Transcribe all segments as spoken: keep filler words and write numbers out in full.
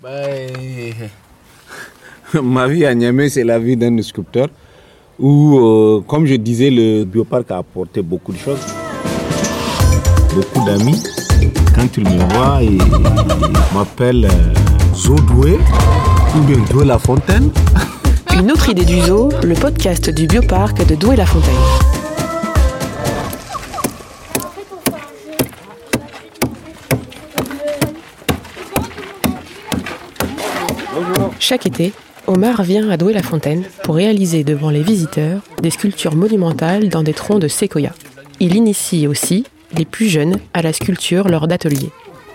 Ben, ma vie à Niamey, c'est la vie d'un sculpteur où, euh, comme je disais, le bioparc a apporté beaucoup de choses. Beaucoup d'amis. Quand ils me voient, ils, ils m'appellent euh, Zodoué ou bien Doué-la-Fontaine. Une autre idée du zoo, le podcast du bioparc de Doué-la-Fontaine. Chaque été, Omar vient à Doué-la-Fontaine pour réaliser devant les visiteurs des sculptures monumentales dans des troncs de séquoia. Il initie aussi les plus jeunes à la sculpture lors d'ateliers.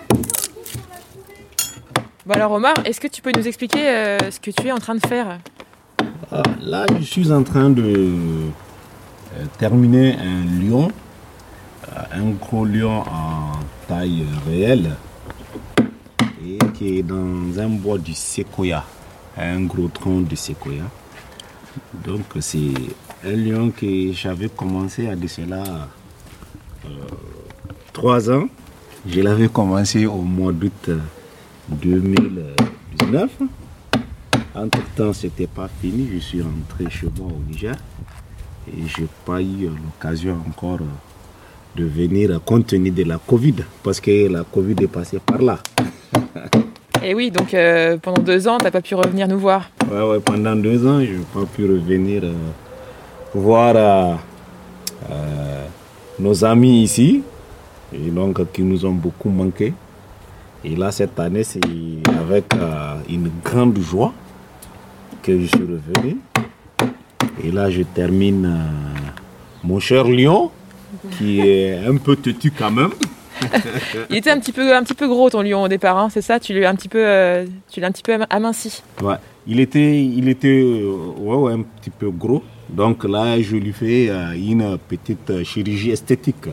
Bon alors Omar, est-ce que tu peux nous expliquer euh, ce que tu es en train de faire ? Ah, là, je suis en train de euh, terminer un lion, euh, un gros lion en taille réelle et qui est dans un bois du séquoia, un gros tronc de séquoia. Donc c'est un lion que j'avais commencé à de cela euh, trois ans. Je l'avais commencé au mois d'août deux mille dix-neuf. Entre-temps, ce n'était pas fini. Je suis rentré chez moi au Niger et je n'ai pas eu l'occasion encore de venir compte tenu de la Covid parce que la Covid est passée par là. Et oui, donc euh, pendant deux ans, tu n'as pas pu revenir nous voir. Ouais, ouais, pendant deux ans, je n'ai pas pu revenir euh, voir euh, euh, nos amis ici, et donc qui nous ont beaucoup manqué. Et là, cette année, c'est avec euh, une grande joie que je suis revenu. Et là, je termine euh, mon cher lion, qui est un peu têtu quand même. Il était un petit peu, un petit peu gros ton lion au départ, hein, c'est ça ? Tu l'as un petit peu, euh, tu l'as un petit peu aminci. Ouais, il était, il était euh, ouais, ouais, un petit peu gros. Donc là, je lui fais euh, une petite euh, chirurgie esthétique.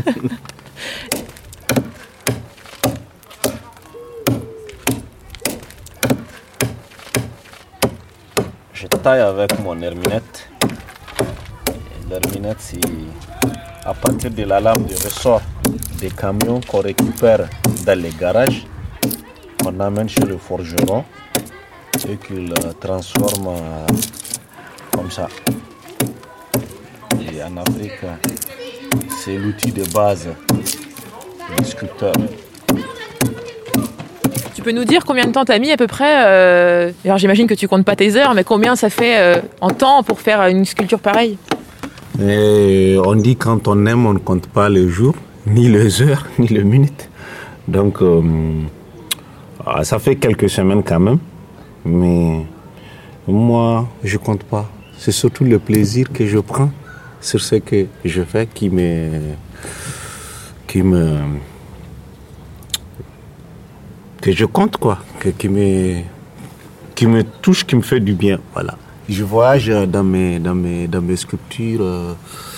Je taille avec mon herminette. L'herminette, c'est à partir de la lame de ressort des camions qu'on récupère dans les garages, qu'on amène chez le forgeron et qu'il transforme euh, comme ça. Et en Afrique, c'est l'outil de base du sculpteur. Tu peux nous dire combien de temps tu as mis à peu près euh... Alors j'imagine que tu comptes pas tes heures, mais combien ça fait euh, en temps pour faire une sculpture pareille ? Et on dit quand on aime, on ne compte pas les jours, ni les heures, ni les minutes. Donc, euh, ça fait quelques semaines quand même. Mais moi, je ne compte pas. C'est surtout le plaisir que je prends sur ce que je fais qui me... Qui me que je compte, quoi. Que, qui, me, qui me touche, qui me fait du bien. Voilà. Je voyage dans mes, dans mes, dans mes sculptures. Euh,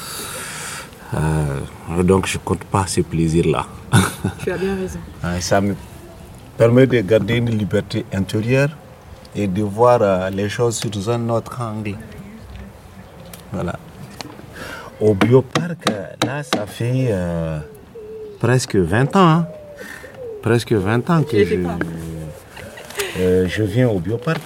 euh, donc, je ne compte pas ces plaisirs-là. Tu as bien raison. Ça me permet de garder une liberté intérieure et de voir euh, les choses sous un autre angle. Voilà. Au bioparc, là, ça fait euh, presque vingt ans. Hein. Presque vingt ans que je, euh, je viens au bioparc.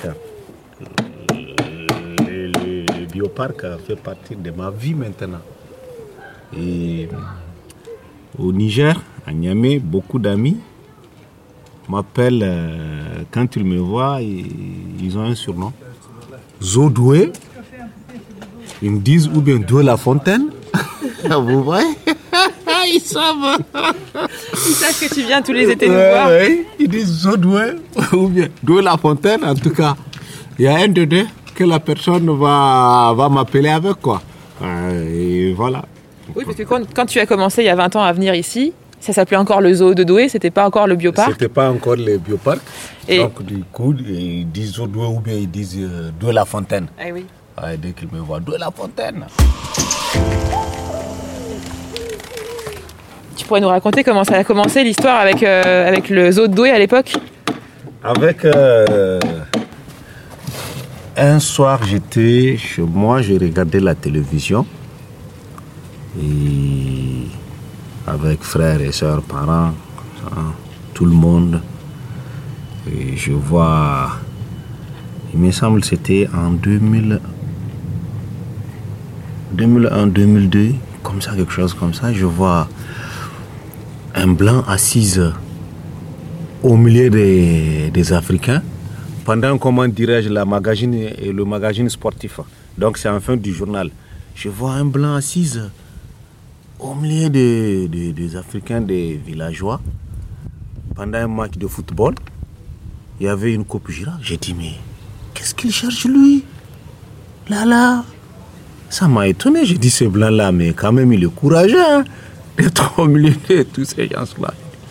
Le, le, le bioparc fait partie de ma vie maintenant. Et au Niger, à Niamey, beaucoup d'amis m'appellent, euh, quand ils me voient, ils, ils ont un surnom. Zodoué. Ils me disent ou bien Doué-la-Fontaine. Vous voyez? Ils savent. Ils savent que tu viens tous les étés nous ouais, voir. Ouais. Ils disent Zodoué ou bien Doué-la-Fontaine. En tout cas, il y a un de deux que la personne va, va m'appeler avec, quoi. Et voilà. Oui, parce que quand, quand tu as commencé il y a vingt ans à venir ici, ça s'appelait encore le zoo de Doué, c'était pas encore le bioparc. C'était pas encore le bioparc. Et... Donc, du coup, ils disent Zodoué ou bien ils disent euh, Doué-la-Fontaine. Ah oui. Ouais, dès qu'ils me voient, Doué-la-Fontaine. Tu pourrais nous raconter comment ça a commencé l'histoire avec, euh, avec le zoo de Doué à l'époque ? Avec euh, un soir, j'étais chez moi, j'ai regardé la télévision et avec frères et sœurs, parents, tout le monde. Et je vois, il me semble que c'était en deux mille, deux mille un deux mille deux, comme ça, quelque chose comme ça. Je vois un blanc assis au milieu des, des Africains pendant, comment dirais-je, la magazine et le magazine sportif. Donc c'est en fin du journal. Je vois un blanc assis au milieu des, des, des Africains, des villageois, pendant un match de football. Il y avait une coupe girafe. J'ai dit, mais qu'est-ce qu'il cherche lui? Là, là. Ça m'a étonné. J'ai dit, ce blanc-là, mais quand même, il est courageux hein, d'être au milieu de tous ces gens-là.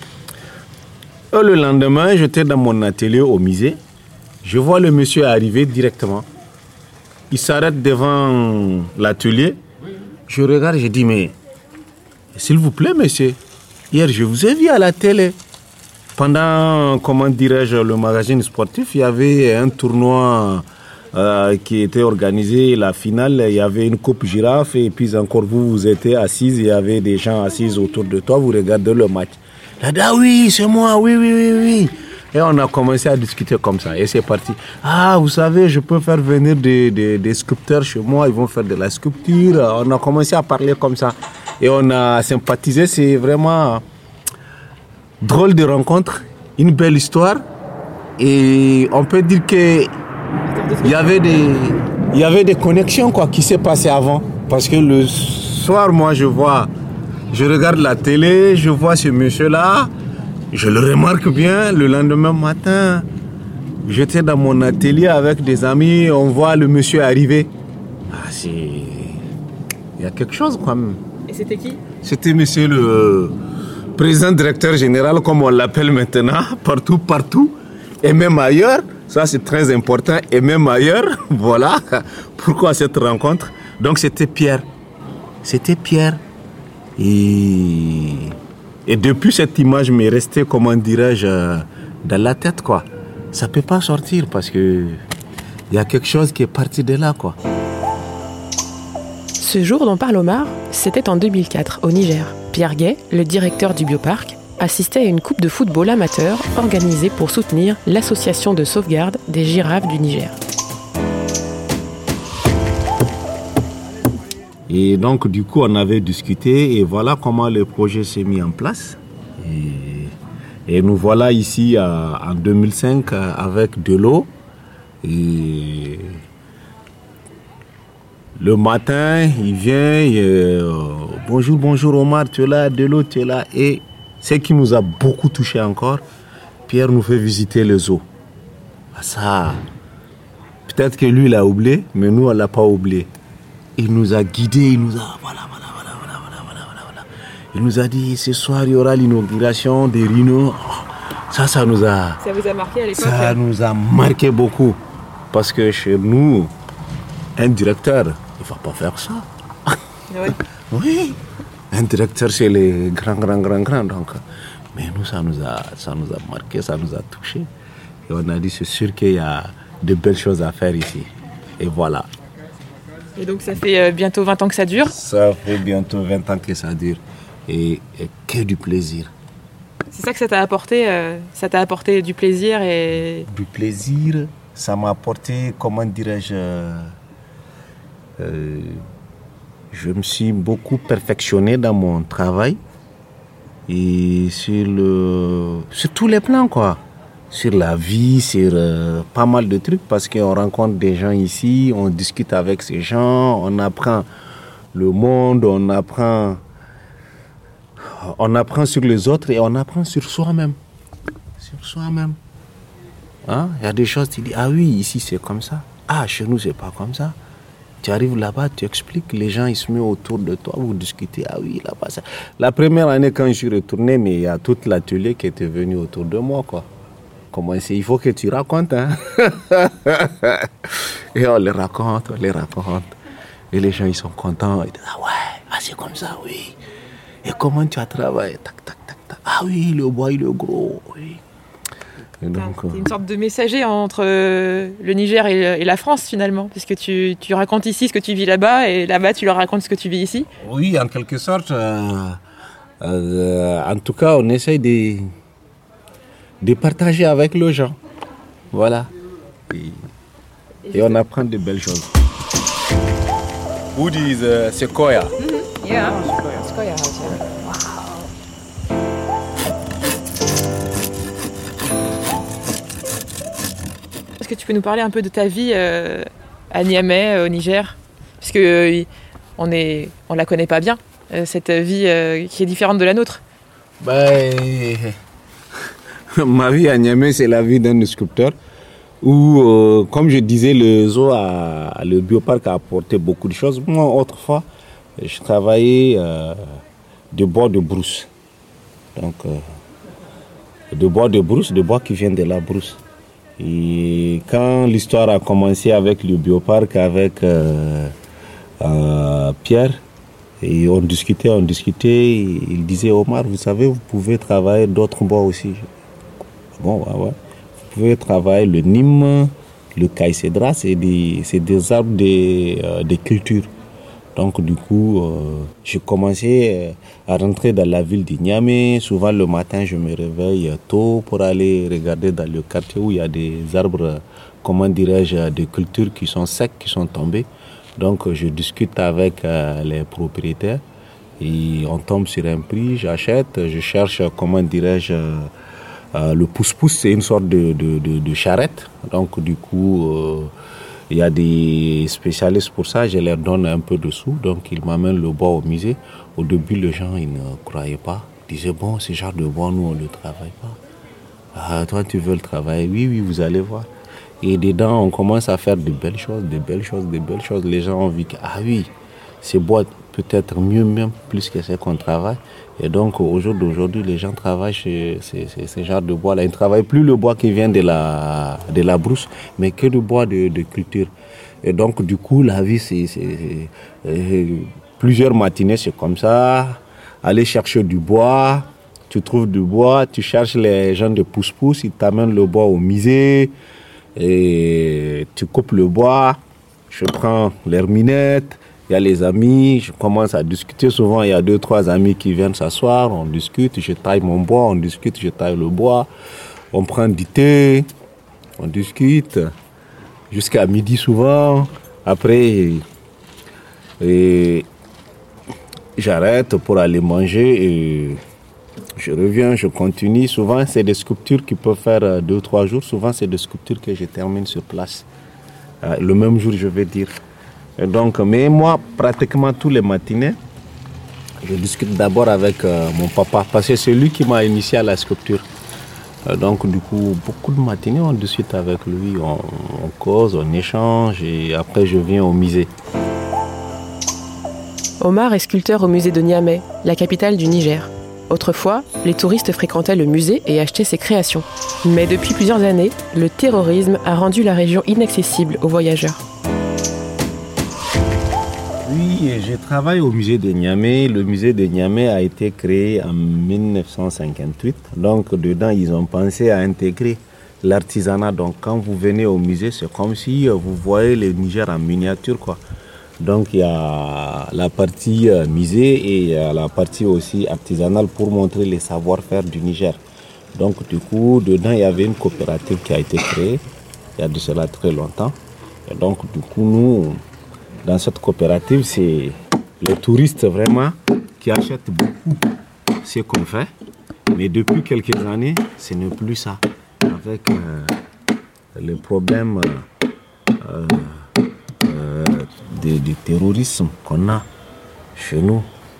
Et le lendemain, j'étais dans mon atelier au musée. Je vois le monsieur arriver directement. Il s'arrête devant l'atelier. Je regarde, je dis, mais s'il vous plaît, monsieur, hier, je vous ai vu à la télé. Pendant, comment dirais-je, le magazine sportif, il y avait un tournoi euh, qui était organisé, la finale, il y avait une coupe girafe et puis encore vous, vous étiez assises, il y avait des gens assis autour de toi, vous regardez le match. Il a dit, ah oui, c'est moi, oui, oui, oui, oui. Et on a commencé à discuter comme ça et c'est parti. Ah, vous savez, je peux faire venir des, des, des sculpteurs chez moi, ils vont faire de la sculpture. On a commencé à parler comme ça et on a sympathisé, c'est vraiment... drôle de rencontre, une belle histoire et on peut dire que il y avait des il y avait des connexions quoi qui s'est passé avant parce que le soir moi je vois je regarde la télé, je vois ce monsieur là, je le remarque bien. Le lendemain matin, j'étais dans mon atelier avec des amis, on voit le monsieur arriver. Ah, c'est il y a quelque chose quand même. Et c'était qui? C'était monsieur le président directeur général, comme on l'appelle maintenant, partout, partout, et même ailleurs. Ça, c'est très important, et même ailleurs. Voilà pourquoi cette rencontre. Donc, c'était Pierre. C'était Pierre. Et, et depuis, cette image m'est restée, comment dirais-je, dans la tête, quoi. Ça ne peut pas sortir parce que il y a quelque chose qui est parti de là, quoi. Ce jour dont parle Omar, c'était en deux mille quatre, au Niger. Pierre Gay, le directeur du bioparc, assistait à une coupe de football amateur organisée pour soutenir l'association de sauvegarde des girafes du Niger. Et donc, du coup, on avait discuté et voilà comment le projet s'est mis en place. Et, et nous voilà ici à, en deux mille cinq avec de l'eau. Et le matin, il vient, et, euh, bonjour, bonjour Omar, tu es là, de l'eau, tu es là. Et ce qui nous a beaucoup touché encore, Pierre nous fait visiter le zoo. Ça, peut-être que lui, il a oublié, mais nous, on ne l'a pas oublié. Il nous a guidés, il nous a... Voilà, voilà, voilà, voilà, voilà, voilà, voilà. Il nous a dit, ce soir, il y aura l'inauguration des rhinos. Ça, ça nous a... Ça vous a marqué à l'époque? Ça nous a marqué beaucoup. Parce que chez nous, un directeur, il ne va pas faire ça. Ouais. Oui, un directeur, c'est les grands, grands, grands, grands. Donc, mais nous, ça nous a, ça nous a marqué, ça nous a touché. Et on a dit, c'est sûr qu'il y a de belles choses à faire ici. Et voilà. Et donc, ça fait bientôt vingt ans que ça dure? Ça fait bientôt vingt ans que ça dure. Et, et que du plaisir. C'est ça que ça t'a apporté euh, ça t'a apporté du plaisir et... Du plaisir, ça m'a apporté, comment dirais-je... Euh, je me suis beaucoup perfectionné dans mon travail. Et sur, le, sur tous les plans, quoi. Sur la vie, sur euh, pas mal de trucs, parce qu'on rencontre des gens ici, on discute avec ces gens, on apprend le monde, on apprend, on apprend sur les autres et on apprend sur soi-même. Sur soi-même. Hein? Il y a des choses, tu dis, ah oui, ici c'est comme ça. Ah, chez nous c'est pas comme ça. Tu arrives là-bas, tu expliques, les gens ils se mettent autour de toi, vous discutez, ah oui, là-bas ça. La première année quand je suis retourné, mais il y a tout l'atelier qui était venu autour de moi, quoi. Comment c'est, il faut que tu racontes, hein. Et on les raconte, on les raconte. Et les gens, ils sont contents. Ils disent, ah ouais, ah c'est comme ça, oui. Et comment tu as travaillé? Tac, tac, tac, tac. Ah oui, le bois, il est gros, oui. Et donc, c'est une sorte de messager entre le Niger et la France, finalement. Parce que tu, tu racontes ici ce que tu vis là-bas, et là-bas, tu leur racontes ce que tu vis ici. Oui, en quelque sorte. Euh, euh, en tout cas, on essaye de... de partager avec les gens. Voilà. Et, et on apprend de belles choses. Wood is uh, sequoia. Mm-hmm. Yeah, sequoia. Sequoia house, yeah. Wow. Est-ce que tu peux nous parler un peu de ta vie euh, à Niamey, au Niger? Parce que euh, on est, on la connaît pas bien, euh, cette vie euh, qui est différente de la nôtre. Ben, ma vie à Niamey, c'est la vie d'un sculpteur. Où, euh, comme je disais, le zoo, a, le bioparc a apporté beaucoup de choses. Moi, autrefois, je travaillais euh, de bois de brousse. Donc, euh, de bois de brousse, de bois qui vient de la brousse. Et quand l'histoire a commencé avec le bioparc, avec euh, euh, Pierre, et on discutait, on discutait, il disait, Omar, vous savez, vous pouvez travailler d'autres bois aussi. Bon, ouais, ouais. Vous pouvez travailler le Nîmes, le caïcédra, c'est des, c'est des arbres de, euh, de culture. Donc du coup, euh, j'ai commencé à rentrer dans la ville de Niamey. Souvent le matin, je me réveille tôt pour aller regarder dans le quartier où il y a des arbres, comment dirais-je, de culture qui sont secs, qui sont tombés. Donc je discute avec euh, les propriétaires et on tombe sur un prix, j'achète, je cherche, comment dirais-je, euh, le pousse-pousse, c'est une sorte de, de, de, de charrette. Donc du coup, euh, il y a des spécialistes pour ça, je leur donne un peu de sous, donc ils m'amènent le bois au musée. Au début, les gens ils ne croyaient pas, ils disaient, bon, ce genre de bois, nous on ne le travaille pas. Ah, toi tu veux le travailler? Oui, oui, vous allez voir. Et dedans, on commence à faire de belles choses, de belles choses, de belles choses. Les gens ont vu que, ah oui, ces bois peut-être mieux même, plus que ce qu'on travaille. Et donc, au jour d'aujourd'hui, les gens travaillent chez ces, ces, ces genres de bois-là. Ils ne travaillent plus le bois qui vient de la, de la brousse, mais que le bois de, de culture. Et donc, du coup, la vie, c'est, c'est, c'est euh, plusieurs matinées, c'est comme ça. Aller chercher du bois, tu trouves du bois, tu cherches les gens de pousse-pousse, ils t'amènent le bois au musée. Et tu coupes le bois, je prends leur minette, il y a les amis, je commence à discuter. Souvent, il y a deux, trois amis qui viennent s'asseoir, on discute, je taille mon bois, on discute, je taille le bois, on prend du thé, on discute, jusqu'à midi souvent. Après, et j'arrête pour aller manger et je reviens, je continue. Souvent, c'est des sculptures qui peuvent faire deux, trois jours. Souvent, c'est des sculptures que je termine sur place. Euh, le même jour, je vais dire. Et donc, mais moi, pratiquement tous les matinées, je discute d'abord avec euh, mon papa, parce que c'est lui qui m'a initié à la sculpture. Euh, donc, du coup, beaucoup de matinées, on discute avec lui, on, on cause, on échange, et après, je viens au musée. Omar est sculpteur au musée de Niamey, la capitale du Niger. Autrefois, les touristes fréquentaient le musée et achetaient ses créations. Mais depuis plusieurs années, le terrorisme a rendu la région inaccessible aux voyageurs. Oui, je travaille au musée de Niamey. Le musée de Niamey a été créé en dix-neuf cent cinquante-huit. Donc, dedans, ils ont pensé à intégrer l'artisanat. Donc, quand vous venez au musée, c'est comme si vous voyez le Niger en miniature, quoi. Donc il y a la partie euh, musée et il y a la partie aussi artisanale pour montrer les savoir-faire du Niger. Donc du coup, dedans il y avait une coopérative qui a été créée, il y a de cela très longtemps. Et donc du coup, nous, dans cette coopérative, c'est les touristes vraiment qui achètent beaucoup ce qu'on fait. Mais depuis quelques années, ce n'est plus ça. Avec euh, le problème... Euh, euh, du terrorisme qu'on a chez nous.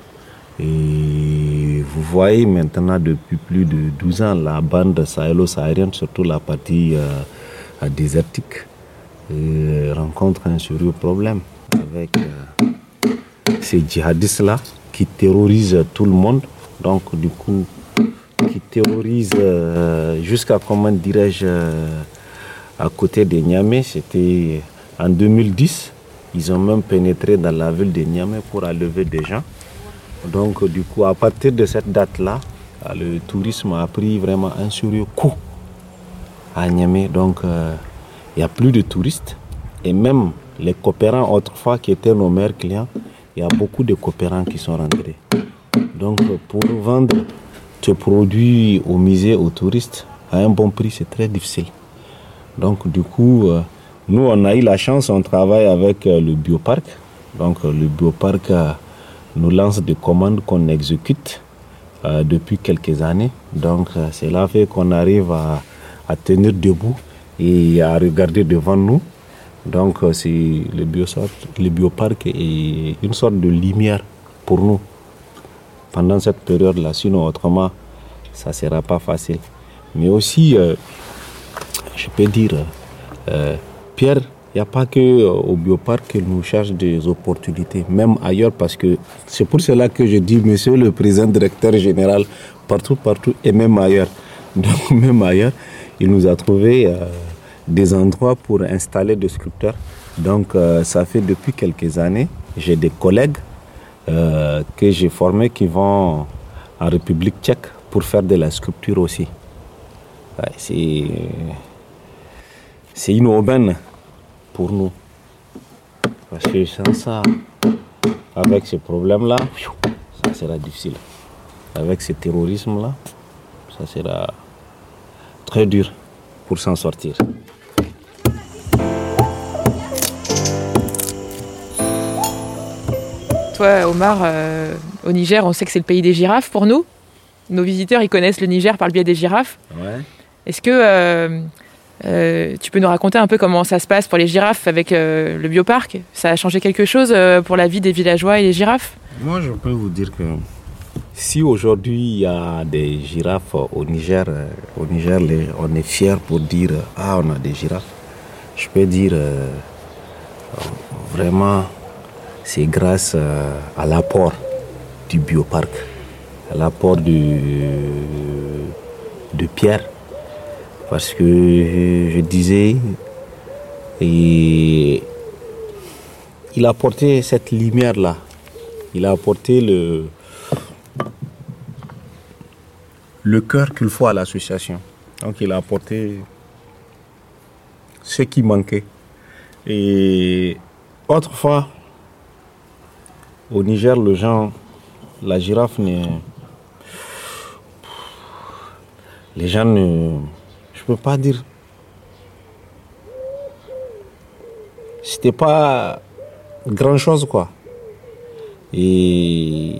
Et vous voyez maintenant depuis plus de douze ans la bande sahélo-saharienne, surtout la partie euh, désertique, euh, rencontre un sérieux problème avec euh, ces djihadistes-là qui terrorisent tout le monde. Donc du coup, qui terrorisent euh, jusqu'à, comment dirais-je, euh, à côté de Niamey, c'était en deux mille dix. Ils ont même pénétré dans la ville de Niamey pour enlever des gens. Donc, du coup, à partir de cette date-là, le tourisme a pris vraiment un sérieux coup à Niamey. Donc, euh, il n'y a plus de touristes. Et même les coopérants, autrefois, qui étaient nos meilleurs clients, il y a beaucoup de coopérants qui sont rentrés. Donc, pour vendre ce produit au musée, aux touristes, à un bon prix, c'est très difficile. Donc du coup, euh, nous on a eu la chance, on travaille avec euh, le bioparc. Donc euh, le bioparc euh, nous lance des commandes qu'on exécute euh, depuis quelques années. Donc euh, cela fait qu'on arrive à, à tenir debout et à regarder devant nous. Donc euh, c'est le, biosort, le bioparc est une sorte de lumière pour nous pendant cette période-là. Sinon autrement, ça ne sera pas facile. Mais aussi, euh, je peux dire, euh, Pierre, il n'y a pas que euh, au bioparc que nous cherchons des opportunités, même ailleurs, parce que c'est pour cela que je dis, monsieur le président directeur général, partout, partout, et même ailleurs. Donc, même ailleurs, il nous a trouvé euh, des endroits pour installer des sculpteurs. Donc, euh, ça fait depuis quelques années, j'ai des collègues euh, que j'ai formés qui vont en République tchèque pour faire de la sculpture aussi. Ouais, c'est, c'est une aubaine pour nous. Parce que sans ça, avec ce problème-là, ça sera difficile. Avec ce terrorisme-là, ça sera très dur pour s'en sortir. Toi, Omar, euh, au Niger, on sait que c'est le pays des girafes pour nous. Nos visiteurs, ils connaissent le Niger par le biais des girafes. Ouais. Est-ce que euh, euh, tu peux nous raconter un peu comment ça se passe pour les girafes avec euh, le bioparc ? Ça a changé quelque chose euh, pour la vie des villageois et les girafes ? Moi, je peux vous dire que si aujourd'hui il y a des girafes au Niger, euh, au Niger, les, on est fiers pour dire « Ah, on a des girafes ». Je peux dire euh, vraiment, c'est grâce euh, à l'apport du bioparc, à l'apport de, de Pierre. Parce que je disais, et il a apporté cette lumière-là. Il a apporté le, le cœur qu'il faut à l'association. Donc il a apporté ce qui manquait. Et autrefois, au Niger, le gens, la girafe, ne, les gens ne... Je peux pas dire. C'était pas grand chose, quoi. Et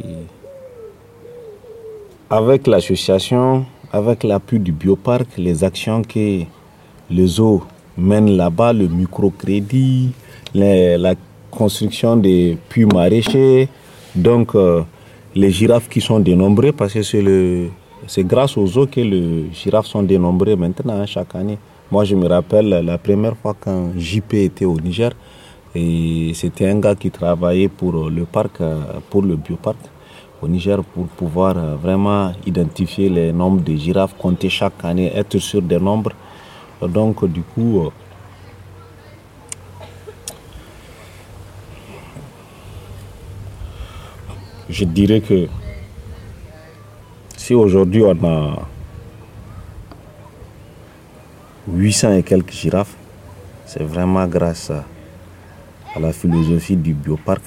avec l'association, avec l'appui du bioparc, les actions que les zoos mènent là-bas, le microcrédit, les, la construction des puits maraîchers, donc euh, les girafes qui sont dénombrées, parce que c'est le C'est grâce aux zoos que les girafes sont dénombrées maintenant, hein, chaque année. Moi, je me rappelle la première fois quand J P était au Niger, et c'était un gars qui travaillait pour le parc, pour le bioparc au Niger, pour pouvoir vraiment identifier les nombres de girafes, compter chaque année, être sûr des nombres. Donc, du coup, je dirais que si aujourd'hui on a huit cents et quelques girafes, c'est vraiment grâce à, à la philosophie du bioparc,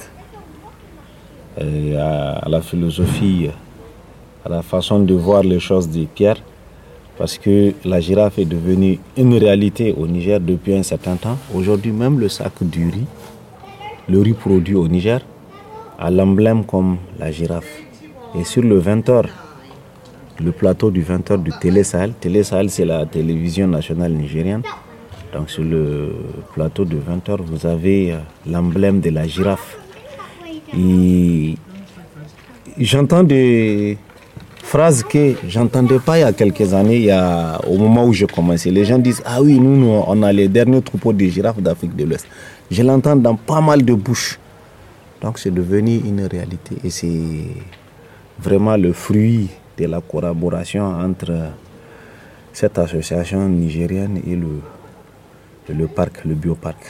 et à, à la philosophie, à la façon de voir les choses de Pierre, parce que la girafe est devenue une réalité au Niger depuis un certain temps. Aujourd'hui, même le sac du riz, le riz produit au Niger, a l'emblème comme la girafe. Et sur le vingt heures, le plateau du vingt heures du Télé Sahel. Télé Sahel, c'est la télévision nationale nigérienne. Donc sur le plateau de vingt heures, vous avez l'emblème de la girafe. Et j'entends des phrases que j'entendais pas il y a quelques années, il y a, au moment où j'ai commencé. Les gens disent « Ah oui, nous, nous, on a les derniers troupeaux de girafes d'Afrique de l'Ouest ». Je l'entends dans pas mal de bouches. Donc c'est devenu une réalité. Et c'est vraiment le fruit de la collaboration entre cette association nigérienne et le, et le parc, le bioparc.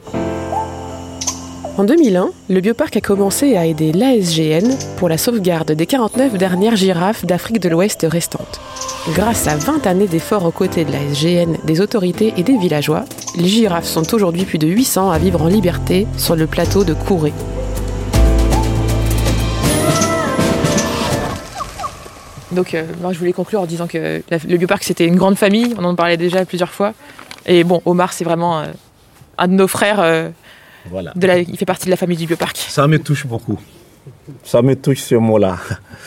En deux mille un, le bioparc a commencé à aider l'A S G N pour la sauvegarde des quarante-neuf dernières girafes d'Afrique de l'Ouest restantes. Grâce à vingt années d'efforts aux côtés de l'A S G N, des autorités et des villageois, les girafes sont aujourd'hui plus de huit cents à vivre en liberté sur le plateau de Kouré. Donc, euh, moi, je voulais conclure en disant que la, le bioparc, c'était une grande famille. On en parlait déjà plusieurs fois. Et bon, Omar, c'est vraiment euh, un de nos frères. Euh, Voilà. de la, il fait partie de la famille du Bioparc. Ça me touche beaucoup. Ça me touche ce mot-là.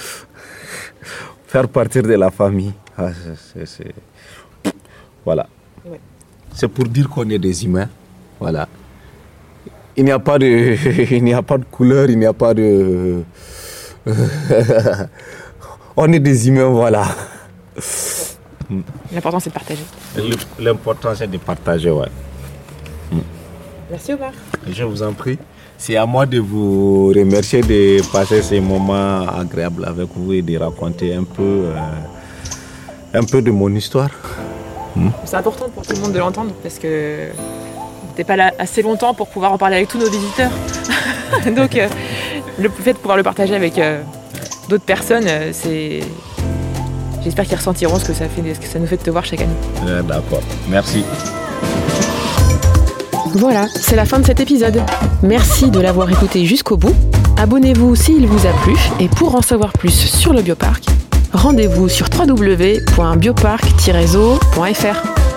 Faire partie de la famille. Ah, c'est, c'est... Voilà. Ouais. C'est pour dire qu'on est des humains. Voilà. Il n'y a pas de, il n'y a pas de couleur, il n'y a pas de... On est des humains, voilà. L'important, c'est de partager. L'important, c'est de partager, ouais. Merci Omar. Je vous en prie. C'est à moi de vous remercier de passer ces moments agréables avec vous et de raconter un peu, euh, un peu de mon histoire. Hmm. C'est important pour tout le monde de l'entendre parce que t'es pas là assez longtemps pour pouvoir en parler avec tous nos visiteurs. Donc euh, le fait de pouvoir le partager avec euh, d'autres personnes, euh, c'est... J'espère qu'ils ressentiront ce que ça fait, ce que ça nous fait de te voir chaque année. Euh, d'accord. Merci. Voilà, c'est la fin de cet épisode. Merci de l'avoir écouté jusqu'au bout. Abonnez-vous s'il vous a plu et pour en savoir plus sur le Bioparc, rendez-vous sur w w w point bioparc tiret zoo point f r.